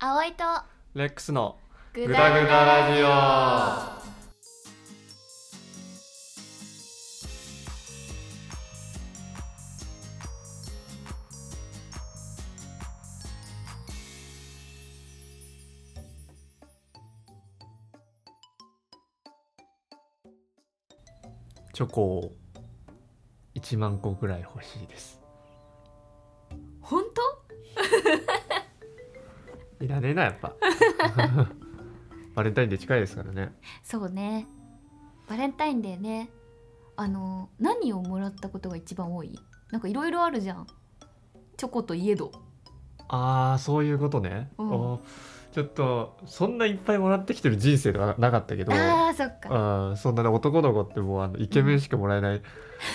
葵とレックスのグダグダラジオ。チョコを1万個ぐらい欲しいです。 本いらねえなやっぱバレンタインデー近いですからね。 当？そうね、バレンタインデーね。何をもらったことが一番多い？なんかいろいろあるじゃん、チョコといえど。 ああ、そういうことね、 うん、 ちょっとそんないっぱいもらってきてる人生ではなかったけど、 あーそっか。 そんなね、男の子ってもうイケメンしかもらえない、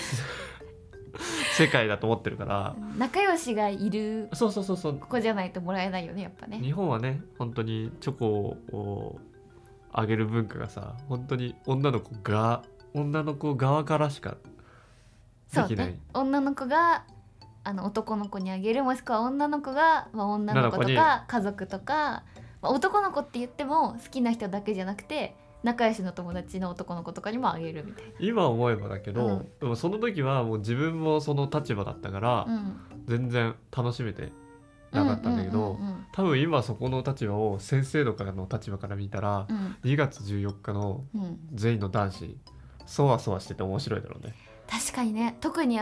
世界だと思ってるから。 仲良しがいるそうそうそうそう、 子じゃないともらえないよね、やっぱね。 日本はね本当にチョコをあげる文化がさ、本当に女の子側からしかできない。 そうね、女の子が男の子にあげる、もしくは女の子が、女の子とか家族とか、男の子って言っても好きな人だけじゃなくて仲良しの友達の男の子とかにもあげるみたいな。 今思えばだけど、でもその時はもう自分もその立場だったから、全然楽しめてなかったんだけど、多分今そこの立場を先生とかの立場から見たら、2月14日の全員の男子、そわそわしてて面白いだろうね。 確かにね、特に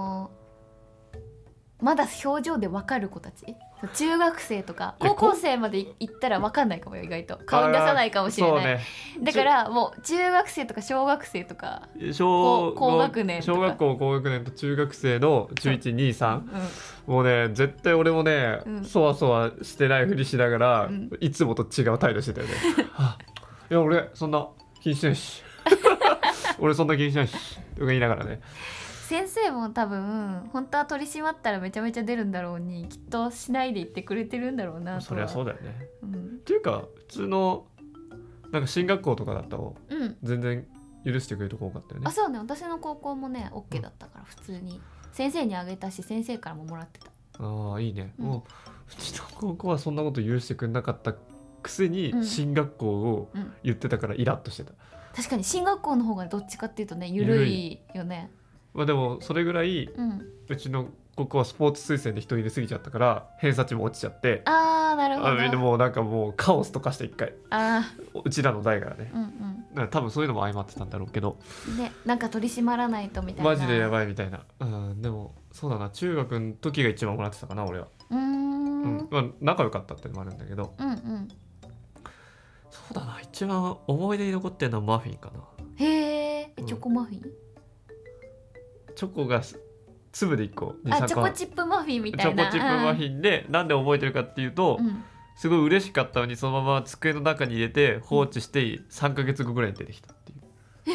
まだ表情で分かる子たち、中学生とか高校生まで行ったら分かんないかもよ、意外と顔に出さないかもしれない、ね、だからもう中学生とか小学生とか高学年とか、 小学校高学年と中学生の中1、2、3、もうね絶対俺もね、そわそわしてないふりしながら、いつもと違う態度してたよねいや俺そんな気にしないし俺そんな気にしないしとか言いながらね。 先生も多分本当は取り締まったらめちゃめちゃ出るんだろうに、きっとしないで言ってくれてるんだろうなと。 そりゃそうだよね、っていうか普通のなんか進学校とかだったら全然許してくれるとこ多かったよね。 あ、そうね、私の高校もね OK だったから、普通に先生にあげたし先生からももらってた。 ああいいね、もううちの高校はそんなこと許してくれなかったくせに進学校を言ってたからイラッとしてた、 確かに進学校の方がどっちかっていうとね緩いよね。 でもそれぐらい、うちの高校はスポーツ推薦で人入れすぎちゃったから偏差値も落ちちゃって、 あーなるほど。 でもなんかもうカオスとかして一回、うちらの代からね、だから多分そういうのも相まってたんだろうけど、 ね、なんか取り締まらないとみたいな、 マジでやばいみたいな、でもそうだな、中学の時が一番もらってたかな俺は。仲良かったってのもあるんだけど、そうだな、一番思い出に残ってるのはマフィンかな。 へえ、チョコマフィン、 チョコが粒で1個チョコチップマフィンみたいな。 チョコチップマフィンで、なんで覚えてるかっていうと、すごい嬉しかったのにそのまま机の中に入れて放置して3ヶ月後ぐらいに出てきたっていう。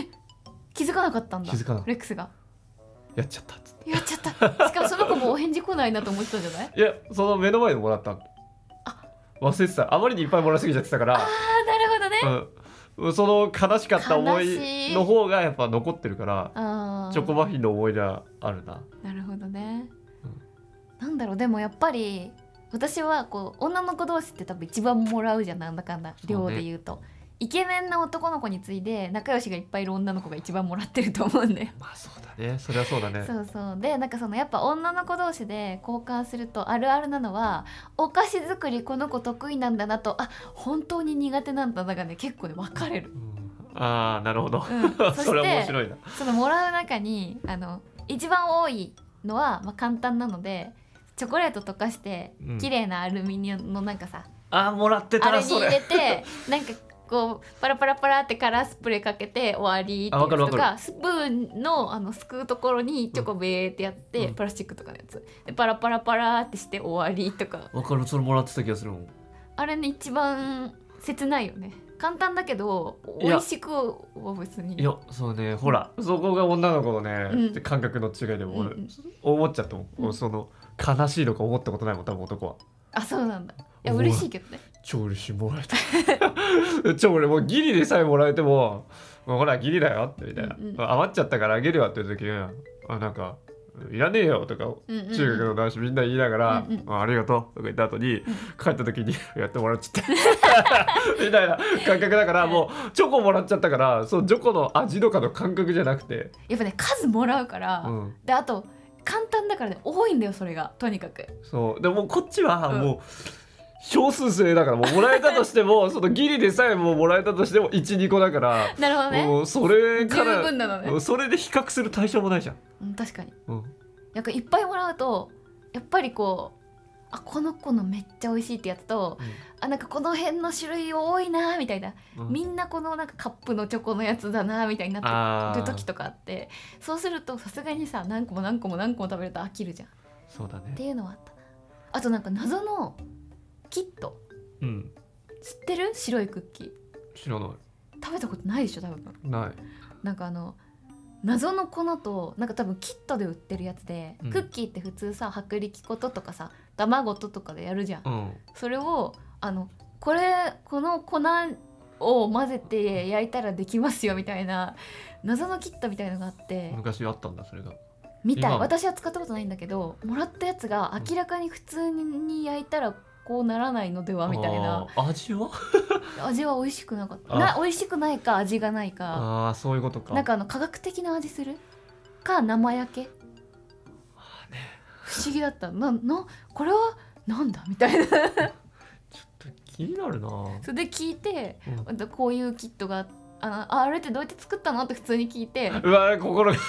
気づかなかったんだ。 気づかなかった。 レックスがやっちゃったっつって。 やっちゃったしかもその子もお返事来ないなと思ってたんじゃない？ いや、その目の前でもらったの。忘れてた。あまりにいっぱいもらいすぎちゃってたから。 なるほどね、 その悲しかった思いの方がやっぱ残ってるから、チョコマフィンの思い出はあるな。 なるほどね、なんだろう、でもやっぱり私はこう女の子同士って多分一番もらうじゃん、なんだかんだ量で言うと、イケメンな男の子に次いで仲良しがいっぱいいる女の子が一番もらってると思うんで。 まあそうだね、それはそうだね。 そうそうで、なんかそのやっぱ女の子同士で交換するとあるあるなのは、お菓子作りこの子得意なんだなと、本当に苦手なんだながね結構ね分かれる、 ああなるほど、それは面白いな。 そのもらう中に一番多いのは、簡単なのでチョコレート溶かして綺麗なアルミニウムのなんかさ、 もらってたらそれあれに入れてなんかこうパラパラパラってカラースプレーかけて終わりってやつとか、スプーンのすくうところにチョコベーってやって、プラスチックとかのやつでパラパラパラってして終わりとか。 わかる、それもらってた気がするもん。 あれね一番切ないよね。簡単だけど美味しくは別に。 いやそうね、ほら、そこが女の子のね、感覚の違いでも俺、思っちゃったもん、その悲しいのか思ったことないもん多分男は。 あ、そうなんだ。いや嬉しいけどね。 超嬉しい、もらえた俺もうギリでさえもらえても、ほらギリだよってみたいな、余っちゃったからあげるわっていう時になんかいらねえよとか、 うんうんうん、 中学の男子みんな言いながら、 うんうん、 ありがとうとか言った後に、帰った時にやってもらっちゃってみたいな感覚だから、もうチョコもらっちゃったから、そうチョコの味とかの感覚じゃなくて、 やっぱね数もらうから、であと簡単だからね多いんだよそれがとにかく。 そうでもこっちはもう、少数制だからもうもらえたとしてもそのギリでさえもらえたとしても 1,2 個だから、 なるほどね、 もうそれから十分なのね、 それで比較する対象もないじゃん、 確かに、なんかいっぱいもらうとやっぱりこうこの子のめっちゃ美味しいってやつと、なんかこの辺の種類多いなみたいな、みんなこのなんかカップのチョコのやつだなみたいになってる時とかあって、そうするとさすがにさ何個も何個も何個も食べると飽きるじゃん。 そうだねっていうのはあったな。あとなんか謎のキット、知ってる？白いクッキー。 知らない。 食べたことないでしょ多分。 ない。 なんか謎の粉となんか多分キットで売ってるやつで、クッキーって普通さ薄力粉とかさ卵とかでやるじゃん、それをこの粉を混ぜて焼いたらできますよみたいな謎のキットみたいのがあって、 昔あったんだそれが。 みたい。私は使ったことないんだけど、もらったやつが明らかに普通に焼いたらこうならないのではみたいな。 味は味は美味しくなかった。美味しくないか味がないか。 そういうことか。 なんか科学的な味するか生焼け、不思議だった。これはなんだみたいなちょっと気になるな。 それで聞いて、こういうキットがあれってどうやって作ったのって普通に聞いて、 うわ心が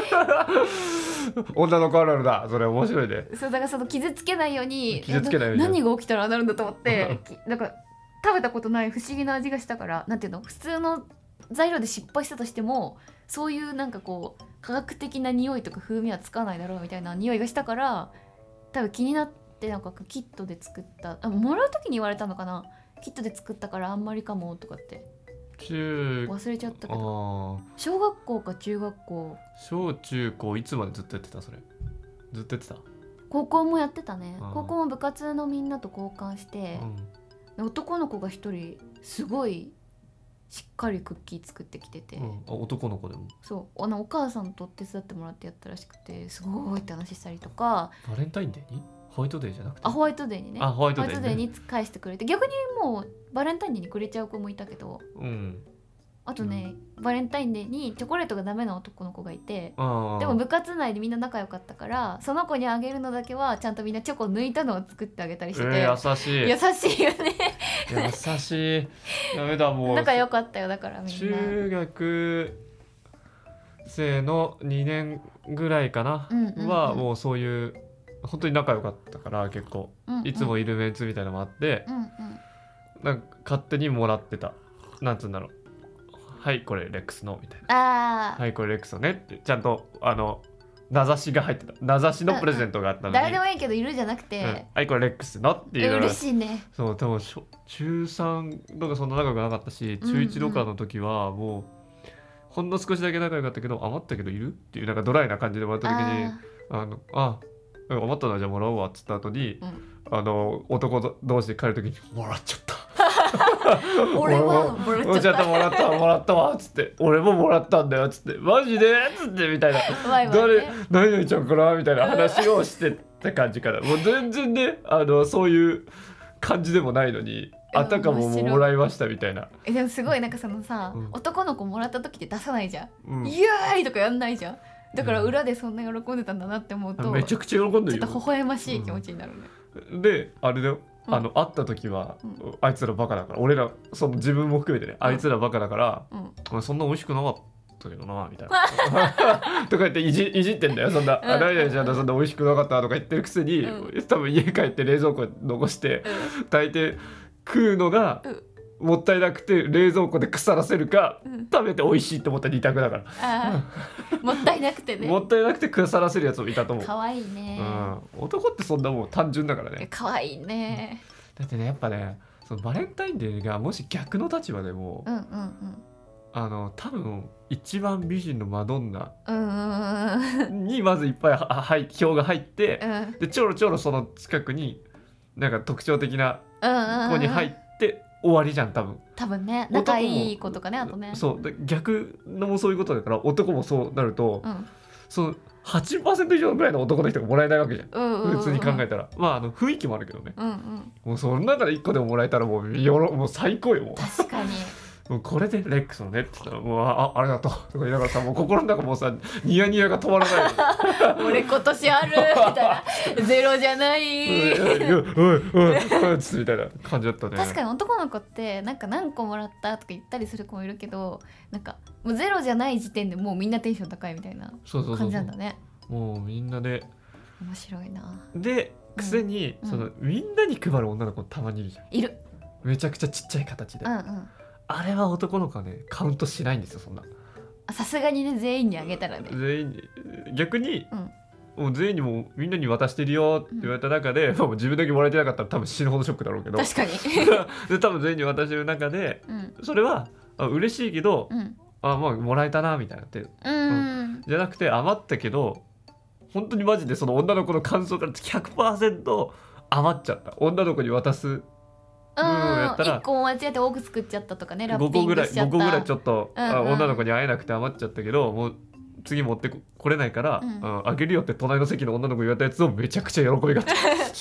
女の子あるあるだ。それ面白いね。 そうだからその傷つけないように何が起きたらなるんだと思ってなんか食べたことない不思議な味がしたから、なんていうの、普通の材料で失敗したとしてもそういうなんかこう科学的な匂いとか風味はつかないだろうみたいな匂いがしたから、多分気になってなんかキットで作った、もらう時に言われたのかな、キットで作ったからあんまりかもとかって忘れちゃったけど。小学校か中学校、 小中高いつまでずっとやってた？それずっとやってた？ 高校もやってたね。高校も部活のみんなと交換して、男の子が一人すごいしっかりクッキー作ってきてて、 男の子でもそうお母さんと手伝ってもらってやったらしくて、すごいって話したりとか。 バレンタインデーに？ホワイトデーじゃなくて？ ホワイトデーにね。 ホワイトデーに返してくれて、逆にもうバレンタインデーにくれちゃう子もいたけど、あとね、バレンタインデーにチョコレートがダメな男の子がいて、でも部活内でみんな仲良かったから、その子にあげるのだけはちゃんとみんなチョコ抜いたのを作ってあげたりしてて、 優しい。 優しいよね優しい。ダメだ、もう仲良かったよ。だからみんな中学生の2年ぐらいかな、はもうそういう本当に仲良かったから、結構、いつもいるメンツみたいなのもあって、なんか勝手にもらってた。なんつうんだろう、はいこれレックスのみたいな、はいこれレックスのねってちゃんと名指しが入ってた。名指しのプレゼントがあったのに、 誰でもいいけどいるじゃなくて、 はいこれレックスのっていうのが嬉しいね。 そう、でも中3とかそんな仲良くなかったし、中1とかの時はもうほんの少しだけ仲良かったけど、余ったけどいるっていうなんかドライな感じでもらった時に、余ったのじゃあもらおうわっつった後に、男同士で帰る時にもらっちゃった俺はもらっちゃった、 もらったわっつって、俺ももらったんだよっつって、マジでっつってみたいな、何々ちゃんからみたいな話をしてた感じから、もう全然ね、そういう感じでもないのに、あたかももらいましたみたいな。 でもすごいなんかそのさ、男の子もらった時って出さないじゃん、イエーイとかやんないじゃん。だから裏でそんな喜んでたんだなって思うと、 めちゃくちゃ喜んでるよ。 ちょっと微笑ましい気持ちになるね。 であれだよ、会った時は、あいつらバカだから、俺らその自分も含めてね、あいつらバカだから、そんな美味しくなかったけどなみたいなとか言っていじってんだよ。そんな何々ちゃんとそんな美味しくなかったとか言ってるくせに、多分家帰って冷蔵庫に残して、大抵食うのがもったいなくて冷蔵庫で腐らせるか、食べて美味しいと思った2択だから。 もったいなくてね。 もったいなくて腐らせるやつもいたと思う。 かわいいね。 男ってそんなもう単純だからね。 かわいいね。 だってね、やっぱね、そのバレンタインデーがもし逆の立場でも、多分一番美人のマドンナにまずいっぱい票が入って、でちょろちょろその近くになんか特徴的な子に入って終わりじゃん、多分ね。仲いい子とかね、あとね。 そうで、逆のもそういうことだから、男もそうなると、その 80% 以上ぐらいの男の人がもらえないわけじゃん、普通に考えたら雰囲気もあるけどね、もうその中で1個でももらえたらもう最高よ。もう確かにもうこれでレックスのねって言ったらもうありがとうとか言いながらさ、もう心の中もうさニヤニヤが止まらない俺今年あるみたいなゼロじゃないみたいな感じだったね。 確かに男の子ってなんか何個もらったとか言ったりする子もいるけど、なんかもうゼロじゃない時点でもうみんなテンション高いみたいな感じなんだね。 もうみんなで面白いな。 でくせに、みんなに配る女の子たまにいるじゃん。 いる。 めちゃくちゃちっちゃい形で、あれは男の子はねカウントしないんですよ、そんな。 さすがにね、全員にあげたらね。 全員に逆に、もう全員にもみんなに渡してるよって言われた中で、もう自分だけもらえてなかったら多分死ぬほどショックだろうけど、 確かにで多分全員に渡してる中で、それは嬉しいけど、まあもらえたなみたいなって、じゃなくて余ったけど本当にマジでその女の子の感想から 100% 余っちゃった女の子に渡すやったら 1個間違えて多く作っちゃったとかね、ラッピングしちゃった 5個ぐらいちょっと、女の子に会えなくて余っちゃったけどもう次持ってこれないから、あげるよって隣の席の女の子に言われたやつをめちゃくちゃ喜びがあった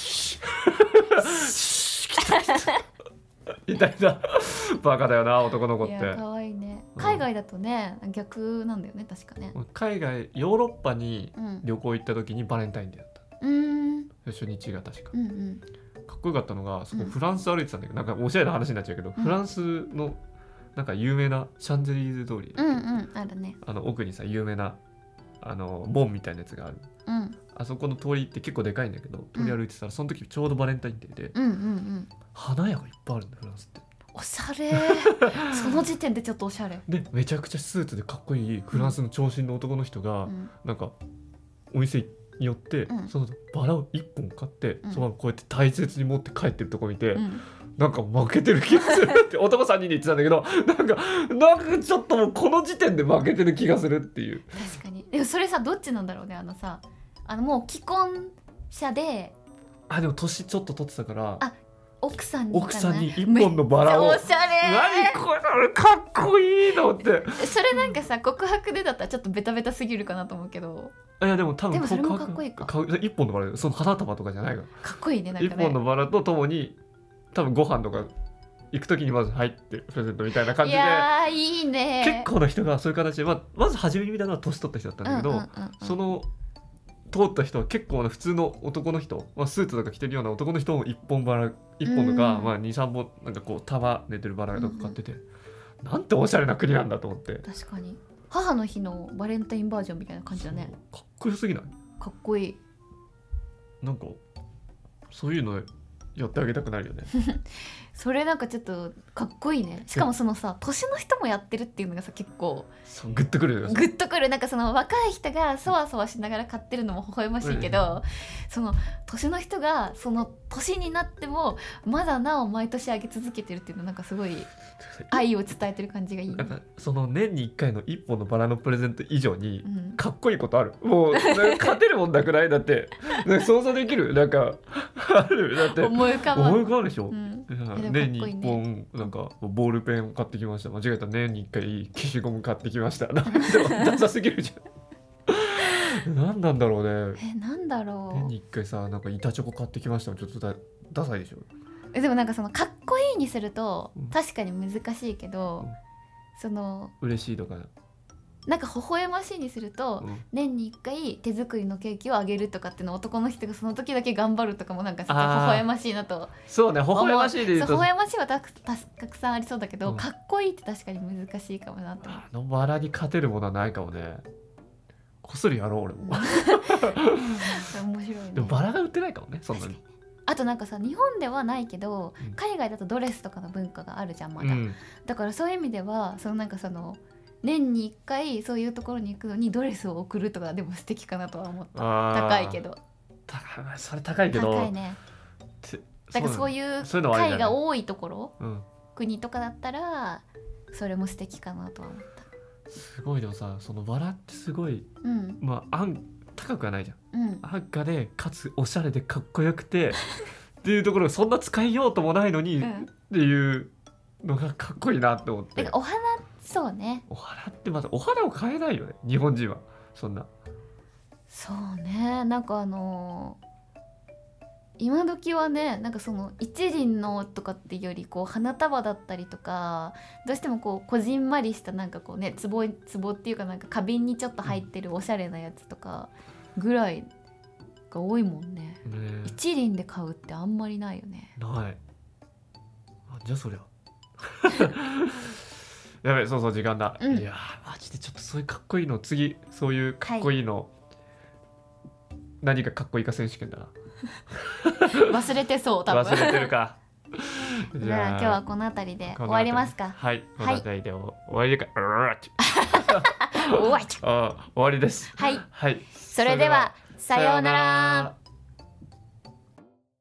みたいなバカだよな男の子って。いや可愛いね。海外だとね、逆なんだよね確かね。 海外ヨーロッパに旅行行った時にバレンタインデーだった、初日が確か、かっこよかったのがそこフランス歩いてたんだけど、なんかおしゃれな話になっちゃうけど、フランスのなんか有名なシャンゼリーゼ通り、 あるね。 奥にさ有名な門みたいなやつがある、あそこの通りって結構でかいんだけど、通り歩いてたらその時ちょうどバレンタインデーで、花屋がいっぱいあるんだフランスって。 おしゃれその時点でちょっとおしゃれでめちゃくちゃスーツでかっこいいフランスの長身の男の人が、なんかお店によって、そのバラを1本買って、そのままこうやって大切に持って帰ってるとこ見て、なんか負けてる気がするって男3人で言ってたんだけど、なんかちょっともうこの時点で負けてる気がするっていう。 確かに。でもそれさどっちなんだろうね。もう既婚者ででも年ちょっと取ってたから、 奥さんに一本のバラを。 おしゃれ。 何これかっこいいのって。 それなんかさ告白でだったらちょっとベタベタすぎるかなと思うけど。 いやでも多分それもかっこいいか。 一本のバラでその花束とかじゃないから。 かっこいいね。なんかね。 一本のバラとともに多分ご飯とか行く時にまず入ってプレゼントみたいな感じで。いやーいいね。 結構な人がそういう形で、まず初めに見たのは年取った人だったんだけど、その通った人は結構な普通の男の人、スーツとか着てるような男の人も1本とか、2,3 本なんかこう束ねてるバラとか買ってて、なんておしゃれな国なんだと思って。 確かに母の日のバレンタインバージョンみたいな感じだね。 かっこよすぎない？ かっこいい。 なんかそういうのやってあげたくなるよねそれなんかちょっとかっこいいね。しかもそのさ年の人もやってるっていうのがさ結構グッとくるよ。 グッとくる。なんかその若い人がそわそわしながら買ってるのも微笑ましいけど、その年の人がその年になってもまだなお毎年あげ続けてるっていうのなんかすごい愛を伝えてる感じがいい、ね、 なんかその年に1回の1本のバラのプレゼント以上にかっこいいことある、もう勝てるもんだくらいだって想像できる。なんかあるだって思い浮かぶでしょ、年に1本なんかボールペン買ってきました、間違えた年に1回消しゴム買ってきましたなんかダサすぎるじゃん何なんだろうね。 なんだろう。 年に1回さなんか板チョコ買ってきましたちょっとダサいでしょ。 でもなんかそのかっこいいにすると確かに難しいけど、その嬉しいとかなんか微笑ましいにすると、年に1回手作りのケーキをあげるとかっていうの男の人がその時だけ頑張るとかもなんか微笑ましいなと。 そうね、微笑ましいで言うと微笑ましいはたくさんありそうだけど、かっこいいって確かに難しいかもなと。 バラに勝てるものはないかもね。こっそりやろう俺も面白いね。 でもバラが売ってないかもねそんなに。 あとなんかさ日本ではないけど、海外だとドレスとかの文化があるじゃんまだ、だからそういう意味ではそのなんかその年に1回そういうところに行くのにドレスを送るとかでも素敵かなとは思った。高いけど。 それ高いけど。 高いね。だからそういう会が多いところ、国とかだったらそれも素敵かなとは思った。 すごい。でもさそのバラってすごい、高くはないじゃん、安価でかつおしゃれでかっこよくてっていうところがそんな使いようともないのに、っていうのがかっこいいなって思って。 お花そうね。 お花ってまたお花を買えないよね日本人はそんな。 そうね、なんか今時はね、なんかその一輪のとかっていうよりこう花束だったりとか、どうしてもこうこじんまりしたなんかこうね、壺っていうかなんか花瓶にちょっと入ってるおしゃれなやつとかぐらいが多いもんね。一輪で買うってあんまりないよね。 ない。あ、じゃあそりゃやべ、そう時間だ、いやマジでちょっとそういうかっこいいの次、そういうかっこいいの、何がかっこいいか選手権だな忘れてそう、多分忘れてるかじゃあ今日はこの辺りで終わりますか。 はい、この辺りで終わりか終わりです。 はい、 はい、 それではさようなら。